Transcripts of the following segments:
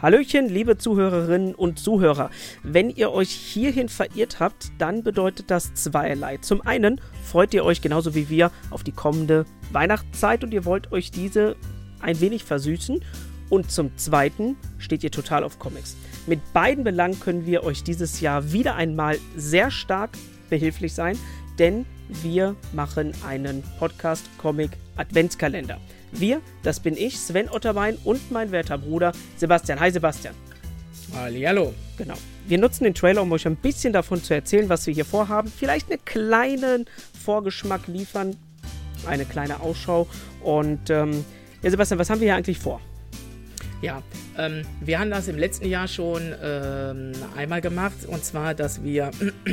Hallöchen, liebe Zuhörerinnen und Zuhörer. Wenn ihr euch hierhin verirrt habt, dann bedeutet das zweierlei. Zum einen freut ihr euch genauso wie wir auf die kommende Weihnachtszeit und ihr wollt euch diese ein wenig versüßen. Und zum zweiten steht ihr total auf Comics. Mit beiden Belangen können wir euch dieses Jahr wieder einmal sehr stark behilflich sein, denn wir machen einen Podcast-Comic-Adventskalender. Wir, das bin ich, Sven Otterbein und mein werter Bruder Sebastian. Hi Sebastian. Hallihallo. Genau. Wir nutzen den Trailer, um euch ein bisschen davon zu erzählen, was wir hier vorhaben. Vielleicht einen kleinen Vorgeschmack liefern, eine kleine Ausschau. Und ja, Sebastian, was haben wir hier eigentlich vor? Ja, wir haben das im letzten Jahr schon einmal gemacht. Und zwar, dass wir,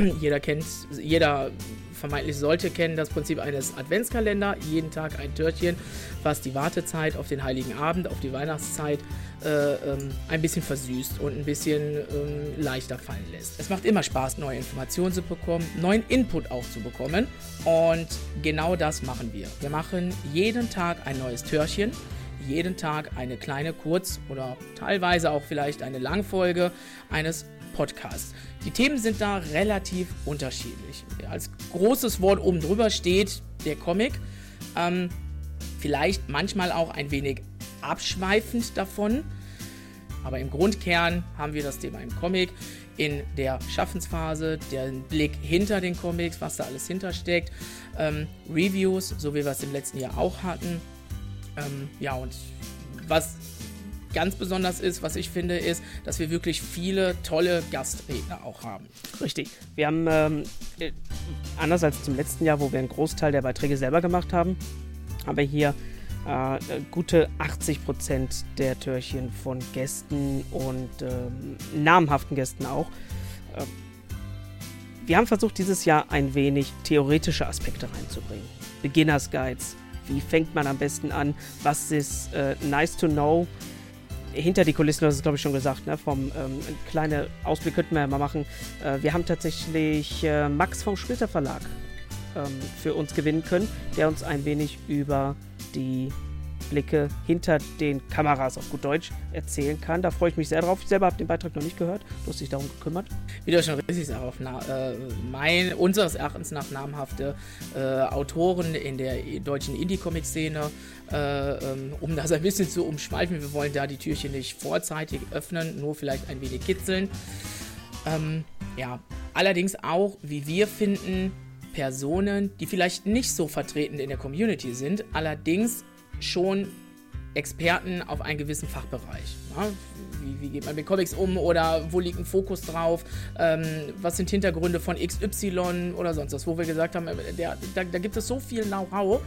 jeder vermeintlich sollte kennen, das Prinzip eines Adventskalenders. Jeden Tag ein Törtchen, was die Wartezeit auf den Heiligen Abend, auf die Weihnachtszeit ein bisschen versüßt und ein bisschen leichter fallen lässt. Es macht immer Spaß, neue Informationen zu bekommen, neuen Input auch zu bekommen. Und genau das machen wir. Wir machen jeden Tag ein neues Törtchen. Jeden Tag eine kleine Kurz- oder teilweise auch vielleicht eine Langfolge eines Podcasts. Die Themen sind da relativ unterschiedlich. Als großes Wort oben drüber steht der Comic. Vielleicht manchmal auch ein wenig abschweifend davon. Aber im Grundkern haben wir das Thema im Comic. In der Schaffensphase, den Blick hinter den Comics, was da alles hintersteckt. Reviews, so wie wir es im letzten Jahr auch hatten. Ja, und was ganz besonders ist, was ich finde, ist, dass wir wirklich viele tolle Gastredner auch haben. Richtig. Wir haben, anders als zum letzten Jahr, wo wir einen Großteil der Beiträge selber gemacht haben, aber hier gute 80% der Törchen von Gästen und namhaften Gästen auch. Wir haben versucht, dieses Jahr ein wenig theoretische Aspekte reinzubringen. Beginners Guides. Wie fängt man am besten an? Was ist nice to know? Hinter die Kulissen, das ist glaube ich schon gesagt, ne? Kleine Ausblick könnten wir ja mal machen. Wir haben tatsächlich Max vom Splitter Verlag für uns gewinnen können, der uns ein wenig über die Blicke hinter den Kameras auf gut Deutsch erzählen kann. Da freue ich mich sehr drauf. Ich selber habe den Beitrag noch nicht gehört. Du hast dich darum gekümmert. Wie du schon richtig sagst, unseres Erachtens nach namhafte Autoren in der deutschen Indie-Comic-Szene, um das ein bisschen zu umschweifen. Wir wollen da die Türchen nicht vorzeitig öffnen, nur vielleicht ein wenig kitzeln. Ja, allerdings auch, wie wir finden, Personen, die vielleicht nicht so vertreten in der Community sind, allerdings schon Experten auf einen gewissen Fachbereich. Ja, wie geht man mit Comics um oder wo liegt ein Fokus drauf? Was sind Hintergründe von XY oder sonst was, wo wir gesagt haben, da gibt es so viel Know-how,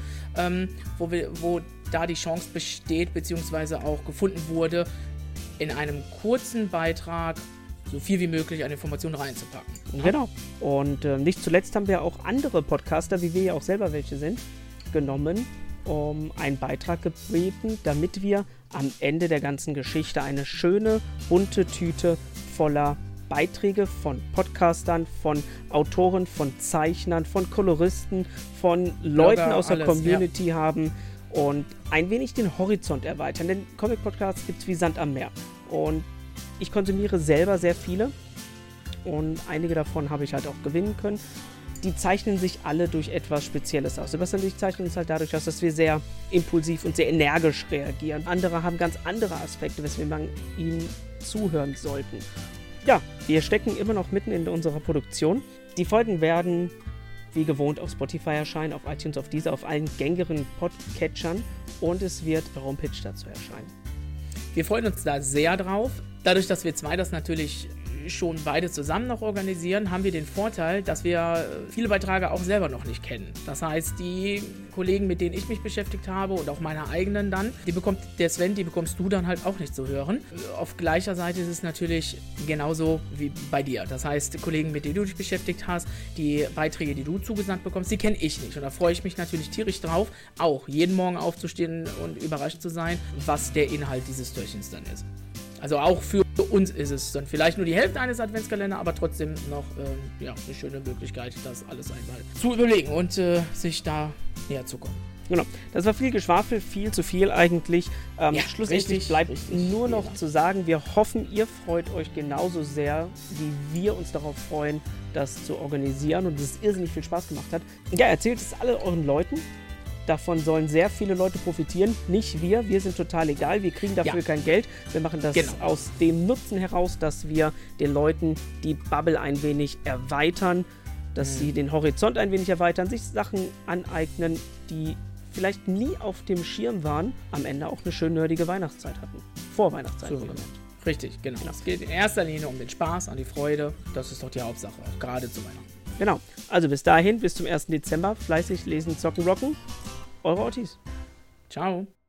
wo da die Chance besteht, beziehungsweise auch gefunden wurde, in einem kurzen Beitrag so viel wie möglich an Informationen reinzupacken. Genau. Und nicht zuletzt haben wir auch andere Podcaster, wie wir ja auch selber welche sind, genommen, um einen Beitrag gebeten, damit wir am Ende der ganzen Geschichte eine schöne, bunte Tüte voller Beiträge von Podcastern, von Autoren, von Zeichnern, von Koloristen, von Leuten aus der Community haben und ein wenig den Horizont erweitern. Denn Comic-Podcasts gibt es wie Sand am Meer. Und ich konsumiere selber sehr viele und einige davon habe ich halt auch gewinnen können. Die zeichnen sich alle durch etwas Spezielles aus. Sebastian und ich zeichnen uns halt dadurch aus, dass wir sehr impulsiv und sehr energisch reagieren. Andere haben ganz andere Aspekte, weswegen man ihnen zuhören sollten. Ja, wir stecken immer noch mitten in unserer Produktion. Die Folgen werden wie gewohnt auf Spotify erscheinen, auf iTunes, auf Deezer, auf allen gängigen Podcatchern und es wird eine Homepage dazu erscheinen. Wir freuen uns da sehr drauf. Dadurch, dass wir zwei das natürlich schon beide zusammen noch organisieren, haben wir den Vorteil, dass wir viele Beiträge auch selber noch nicht kennen. Das heißt, die Kollegen, mit denen ich mich beschäftigt habe und auch meine eigenen dann, die bekommt der Sven, die bekommst du dann halt auch nicht zu hören. Auf gleicher Seite ist es natürlich genauso wie bei dir. Das heißt, die Kollegen, mit denen du dich beschäftigt hast, die Beiträge, die du zugesandt bekommst, die kenne ich nicht. Und da freue ich mich natürlich tierisch drauf, auch jeden Morgen aufzustehen und überrascht zu sein, was der Inhalt dieses Türchens dann ist. Also auch für uns ist es dann vielleicht nur die Hälfte eines Adventskalenders, aber trotzdem noch eine schöne Möglichkeit, das alles einmal zu überlegen und sich da näher zu kommen. Genau. Das war viel Geschwafel, viel zu viel eigentlich. Schlussendlich bleibt nur noch zu sagen, wir hoffen, ihr freut euch genauso sehr, wie wir uns darauf freuen, das zu organisieren und es irrsinnig viel Spaß gemacht hat. Ja, erzählt es alle euren Leuten. Davon sollen sehr viele Leute profitieren, nicht wir. Wir sind total egal, wir kriegen dafür kein Geld. Wir machen das aus dem Nutzen heraus, dass wir den Leuten die Bubble ein wenig erweitern, dass sie den Horizont ein wenig erweitern, sich Sachen aneignen, die vielleicht nie auf dem Schirm waren, am Ende auch eine schön nerdige Weihnachtszeit hatten. Vorweihnachtszeit. So richtig, genau. Es geht in erster Linie um den Spaß, an die Freude. Das ist doch die Hauptsache, auch gerade zu Weihnachten. Genau. Also bis dahin, bis zum 1. Dezember, fleißig lesen, zocken, rocken. Eure Ortiz. Ciao.